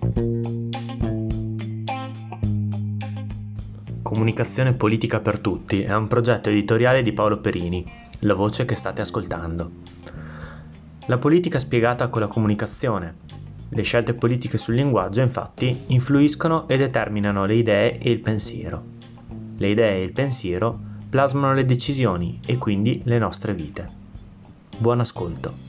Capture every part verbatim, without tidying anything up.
Comunicazione politica per tutti è un progetto editoriale di Paolo Perini, la voce che state ascoltando. La politica spiegata con la comunicazione. Le scelte politiche sul linguaggio, infatti, influiscono e determinano le idee e il pensiero. Le idee e il pensiero plasmano le decisioni e quindi le nostre vite. Buon ascolto.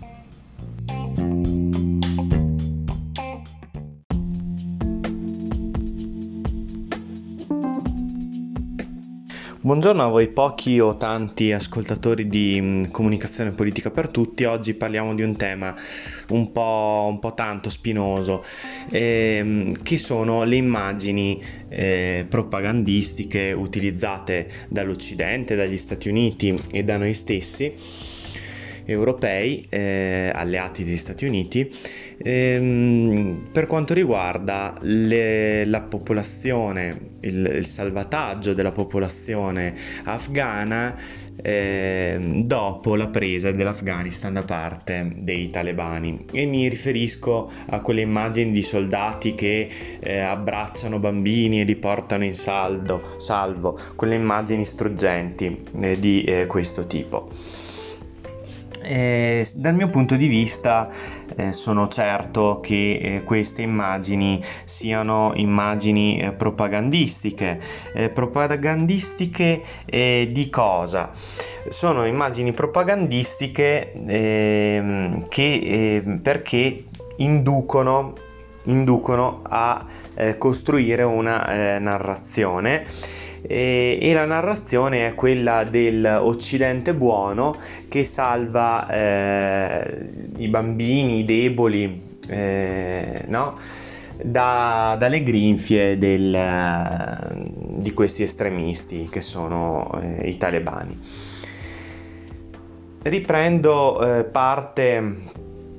Buongiorno a voi pochi o tanti ascoltatori di mh, Comunicazione Politica per Tutti. Oggi parliamo di un tema un po', un po' tanto spinoso, ehm, che sono le immagini eh, propagandistiche utilizzate dall'Occidente, dagli Stati Uniti e da noi stessi europei, eh, alleati degli Stati Uniti, ehm, per quanto riguarda le, la popolazione, il, il salvataggio della popolazione afghana eh, dopo la presa dell'Afghanistan da parte dei talebani. E mi riferisco a quelle immagini di soldati che eh, abbracciano bambini e li portano in saldo, salvo, quelle immagini struggenti eh, di eh, questo tipo. Eh, dal mio punto di vista eh, sono certo che eh, queste immagini siano immagini eh, propagandistiche. Eh, propagandistiche eh, di cosa? Sono immagini propagandistiche eh, che eh, perché inducono, inducono a eh, costruire una eh, narrazione. E, e la narrazione è quella dell'Occidente buono che salva eh, i bambini, i deboli, eh, no? da, dalle grinfie del, di questi estremisti che sono eh, i talebani. Riprendo eh, parte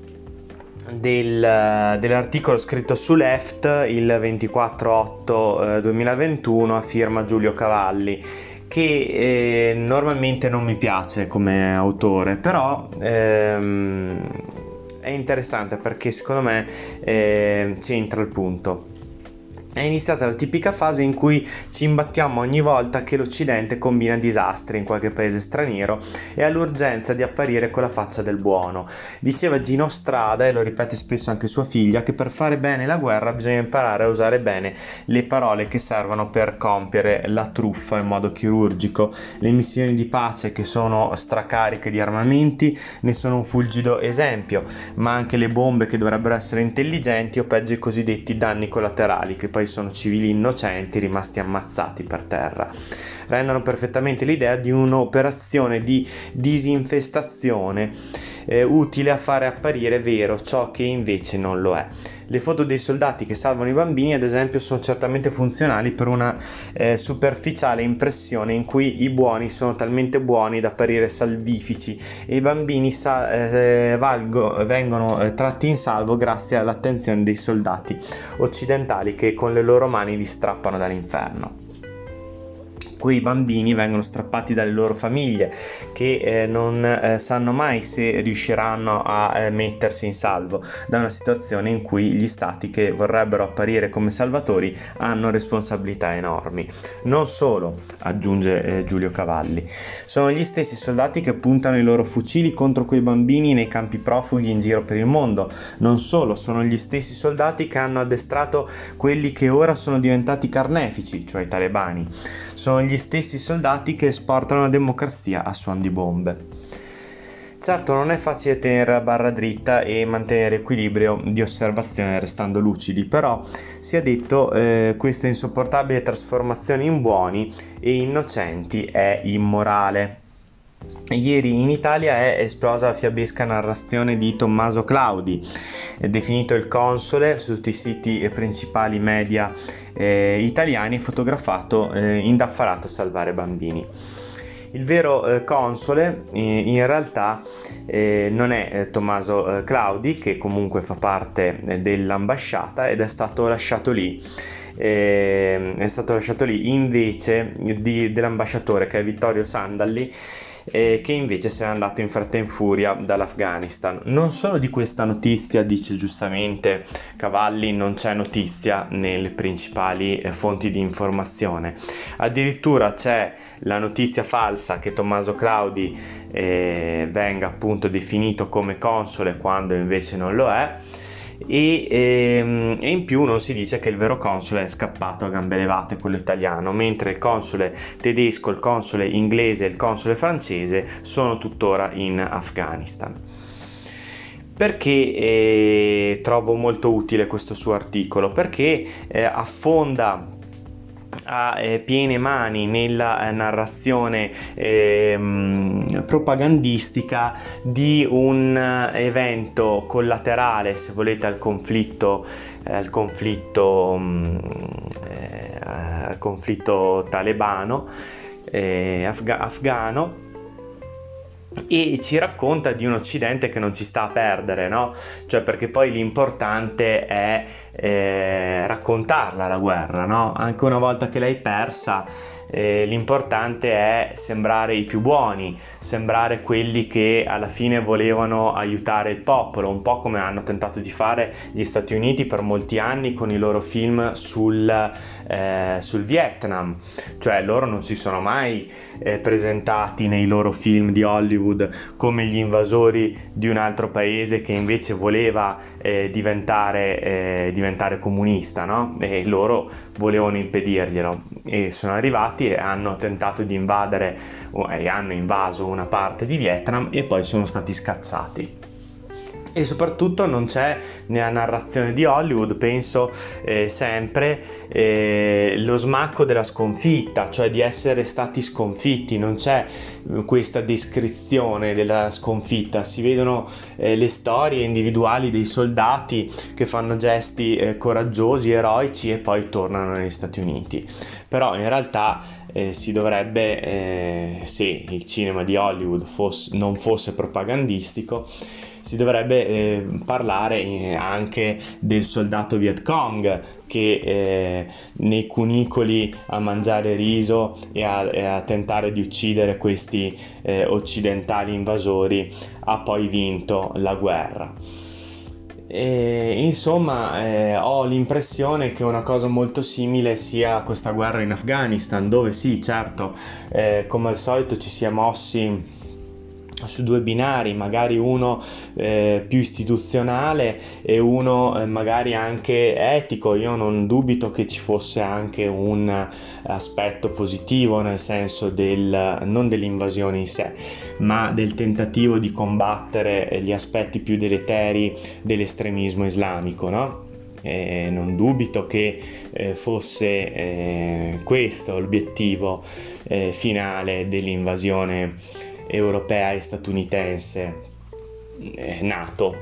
Del, dell'articolo scritto su Left il ventiquattro otto duemilaventuno a firma Giulio Cavalli, che eh, normalmente non mi piace come autore, però ehm, è interessante perché secondo me eh, c'entra il punto. È iniziata la tipica fase in cui ci imbattiamo ogni volta che l'Occidente combina disastri in qualche paese straniero e ha l'urgenza di apparire con la faccia del buono. Diceva Gino Strada, e lo ripete spesso anche sua figlia, che per fare bene la guerra bisogna imparare a usare bene le parole che servono per compiere la truffa in modo chirurgico. Le missioni di pace, che sono stracariche di armamenti, ne sono un fulgido esempio, ma anche le bombe, che dovrebbero essere intelligenti, o peggio i cosiddetti danni collaterali, che poi sono civili innocenti rimasti ammazzati per terra, rendono perfettamente l'idea di un'operazione di disinfestazione eh, utile a fare apparire vero ciò che invece non lo è. Le foto dei soldati che salvano i bambini, ad esempio, sono certamente funzionali per una eh, superficiale impressione in cui i buoni sono talmente buoni da apparire salvifici e i bambini sa- eh, valgo, vengono eh, tratti in salvo grazie all'attenzione dei soldati occidentali che con le loro mani li strappano dall'inferno. Quei bambini vengono strappati dalle loro famiglie, che eh, non eh, sanno mai se riusciranno a eh, mettersi in salvo da una situazione in cui gli stati che vorrebbero apparire come salvatori hanno responsabilità enormi. Non solo, aggiunge eh, Giulio Cavalli, sono gli stessi soldati che puntano i loro fucili contro quei bambini nei campi profughi in giro per il mondo. Non solo, sono gli stessi soldati che hanno addestrato quelli che ora sono diventati carnefici, cioè i talebani. Sono gli stessi soldati che esportano la democrazia a suon di bombe. Certo, non è facile tenere la barra dritta e mantenere equilibrio di osservazione restando lucidi, però sia detto, eh, questa insopportabile trasformazione in buoni e innocenti è immorale. Ieri in Italia è esplosa la fiabesca narrazione di Tommaso Claudi, definito il console su tutti i siti principali media eh, italiani, fotografato eh, indaffarato a salvare bambini. Il vero eh, console eh, in realtà eh, non è eh, Tommaso eh, Claudi, che comunque fa parte eh, dell'ambasciata ed è stato lasciato lì eh, è stato lasciato lì invece di, dell'ambasciatore, che è Vittorio Sandalli, eh, che invece se n'è andato in fretta e in furia dall'Afghanistan. Non solo di questa notizia, dice giustamente Cavalli, non c'è notizia nelle principali eh, fonti di informazione, addirittura c'è la notizia falsa che Tommaso Claudi eh, venga appunto definito come console quando invece non lo è. E, ehm, e in più non si dice che il vero console è scappato a gambe levate, quello italiano, mentre il console tedesco, il console inglese e il console francese sono tuttora in Afghanistan. Perché eh, trovo molto utile questo suo articolo? Perché eh, affonda a eh, piene mani nella eh, narrazione eh, propagandistica di un eh, evento collaterale, se volete, al conflitto eh, al conflitto eh, al conflitto talebano eh, afga- afgano e ci racconta di un Occidente che non ci sta a perdere, no? Cioè, perché poi l'importante è eh, raccontarla la guerra, no? Anche una volta che l'hai persa, eh, l'importante è sembrare i più buoni, sembrare quelli che alla fine volevano aiutare il popolo, un po' come hanno tentato di fare gli Stati Uniti per molti anni con i loro film sul, eh, sul Vietnam. Cioè, loro non si sono mai eh, presentati nei loro film di Hollywood come gli invasori di un altro paese che invece voleva eh, diventare, eh, diventare comunista, no? E loro volevano impedirglielo e sono arrivati e hanno tentato di invadere e hanno invaso una parte di Vietnam e poi sono stati scazzati. E soprattutto non c'è nella narrazione di Hollywood, penso eh, sempre eh, lo smacco della sconfitta, cioè di essere stati sconfitti. Non c'è questa descrizione della sconfitta, si vedono eh, le storie individuali dei soldati che fanno gesti eh, coraggiosi, eroici e poi tornano negli Stati Uniti. Però in realtà eh, si dovrebbe, eh, se il cinema di Hollywood fosse, non fosse propagandistico, si dovrebbe eh, parlare eh, anche del soldato Viet Cong che eh, nei cunicoli a mangiare riso e a, e a tentare di uccidere questi eh, occidentali invasori ha poi vinto la guerra. E, insomma, eh, ho l'impressione che una cosa molto simile sia questa guerra in Afghanistan, dove sì, certo, eh, come al solito ci si è mossi su due binari, magari uno eh, più istituzionale e uno eh, magari anche etico. Io non dubito che ci fosse anche un aspetto positivo, nel senso del non dell'invasione in sé, ma del tentativo di combattere gli aspetti più deleteri dell'estremismo islamico, no? Eh, non dubito che eh, fosse eh, questo l'obiettivo eh, finale dell'invasione europea e statunitense eh, NATO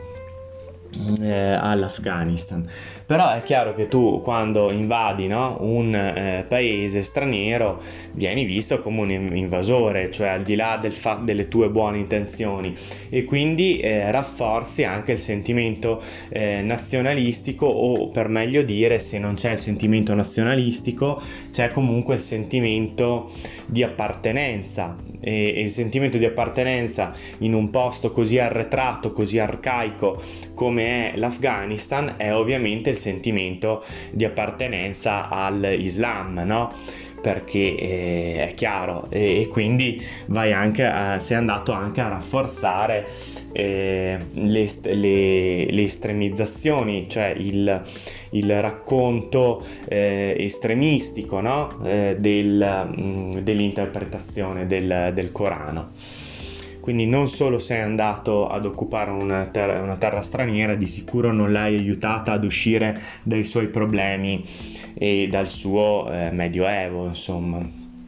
eh, all'Afghanistan. Però è chiaro che tu, quando invadi, no, un eh, paese straniero, vieni visto come un invasore, cioè al di là del fa- delle tue buone intenzioni, e quindi eh, rafforzi anche il sentimento eh, nazionalistico, o per meglio dire, se non c'è il sentimento nazionalistico, c'è comunque il sentimento di appartenenza, e, e il sentimento di appartenenza in un posto così arretrato, così arcaico come è l'Afghanistan, è ovviamente il sentimento di appartenenza all'Islam, no? Perché eh, è chiaro, e, e quindi vai anche a, sei andato anche a rafforzare eh, le, le, le estremizzazioni, cioè il, il racconto eh, estremistico, no? eh, del, mh, dell'interpretazione del, del Corano. Quindi non solo sei andato ad occupare una terra, una terra straniera, di sicuro non l'hai aiutata ad uscire dai suoi problemi e dal suo eh, medioevo, insomma,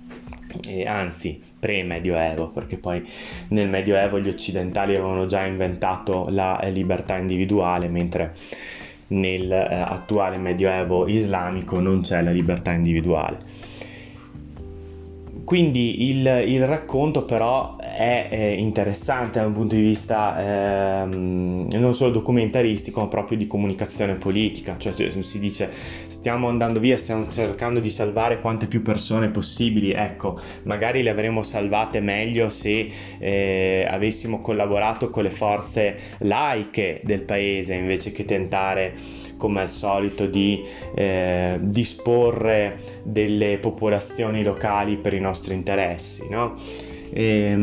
e anzi pre-medioevo, perché poi nel medioevo gli occidentali avevano già inventato la eh, libertà individuale, mentre nel eh, attuale medioevo islamico non c'è la libertà individuale. quindi il, il racconto però è, è interessante da un punto di vista ehm, non solo documentaristico, ma proprio di comunicazione politica. Cioè si dice: stiamo andando via, stiamo cercando di salvare quante più persone possibili. Ecco, magari le avremmo salvate meglio se eh, avessimo collaborato con le forze laiche del paese, invece che tentare, come al solito, di eh, disporre delle popolazioni locali per i nostri interessi, no? E,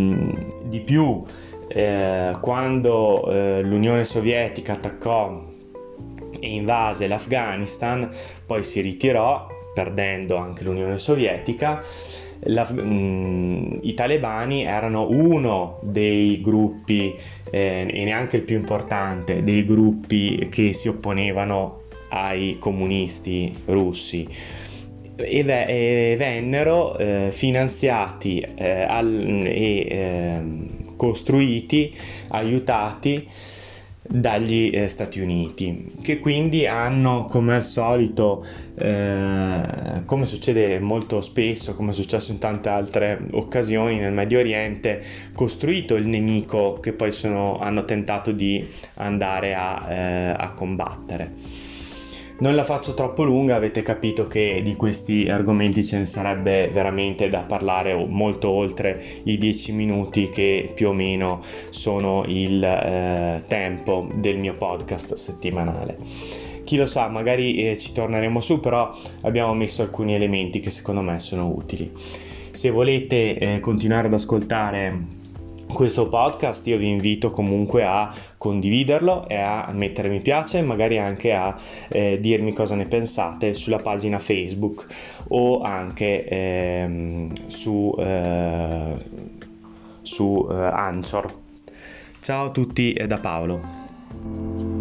di più, eh, quando eh, l'Unione Sovietica attaccò e invase l'Afghanistan, poi si ritirò, perdendo anche l'Unione Sovietica. La, mh, i talebani erano uno dei gruppi, eh, e neanche il più importante, dei gruppi che si opponevano ai comunisti russi, e, ve- e vennero eh, finanziati eh, al, e eh, costruiti, aiutati dagli eh, Stati Uniti, che quindi hanno, come al solito, eh, come succede molto spesso, come è successo in tante altre occasioni nel Medio Oriente, costruito il nemico che poi sono, hanno tentato di andare a, eh, a combattere. Non la faccio troppo lunga, avete capito che di questi argomenti ce ne sarebbe veramente da parlare molto oltre i dieci minuti che più o meno sono il eh, tempo del mio podcast settimanale. Chi lo sa, magari eh, ci torneremo su, però abbiamo messo alcuni elementi che secondo me sono utili. Se volete eh, continuare ad ascoltare questo podcast, io vi invito comunque a condividerlo e a mettere mi piace, magari anche a eh, dirmi cosa ne pensate sulla pagina Facebook o anche ehm, su, eh, su eh, Anchor. Ciao a tutti, da Paolo.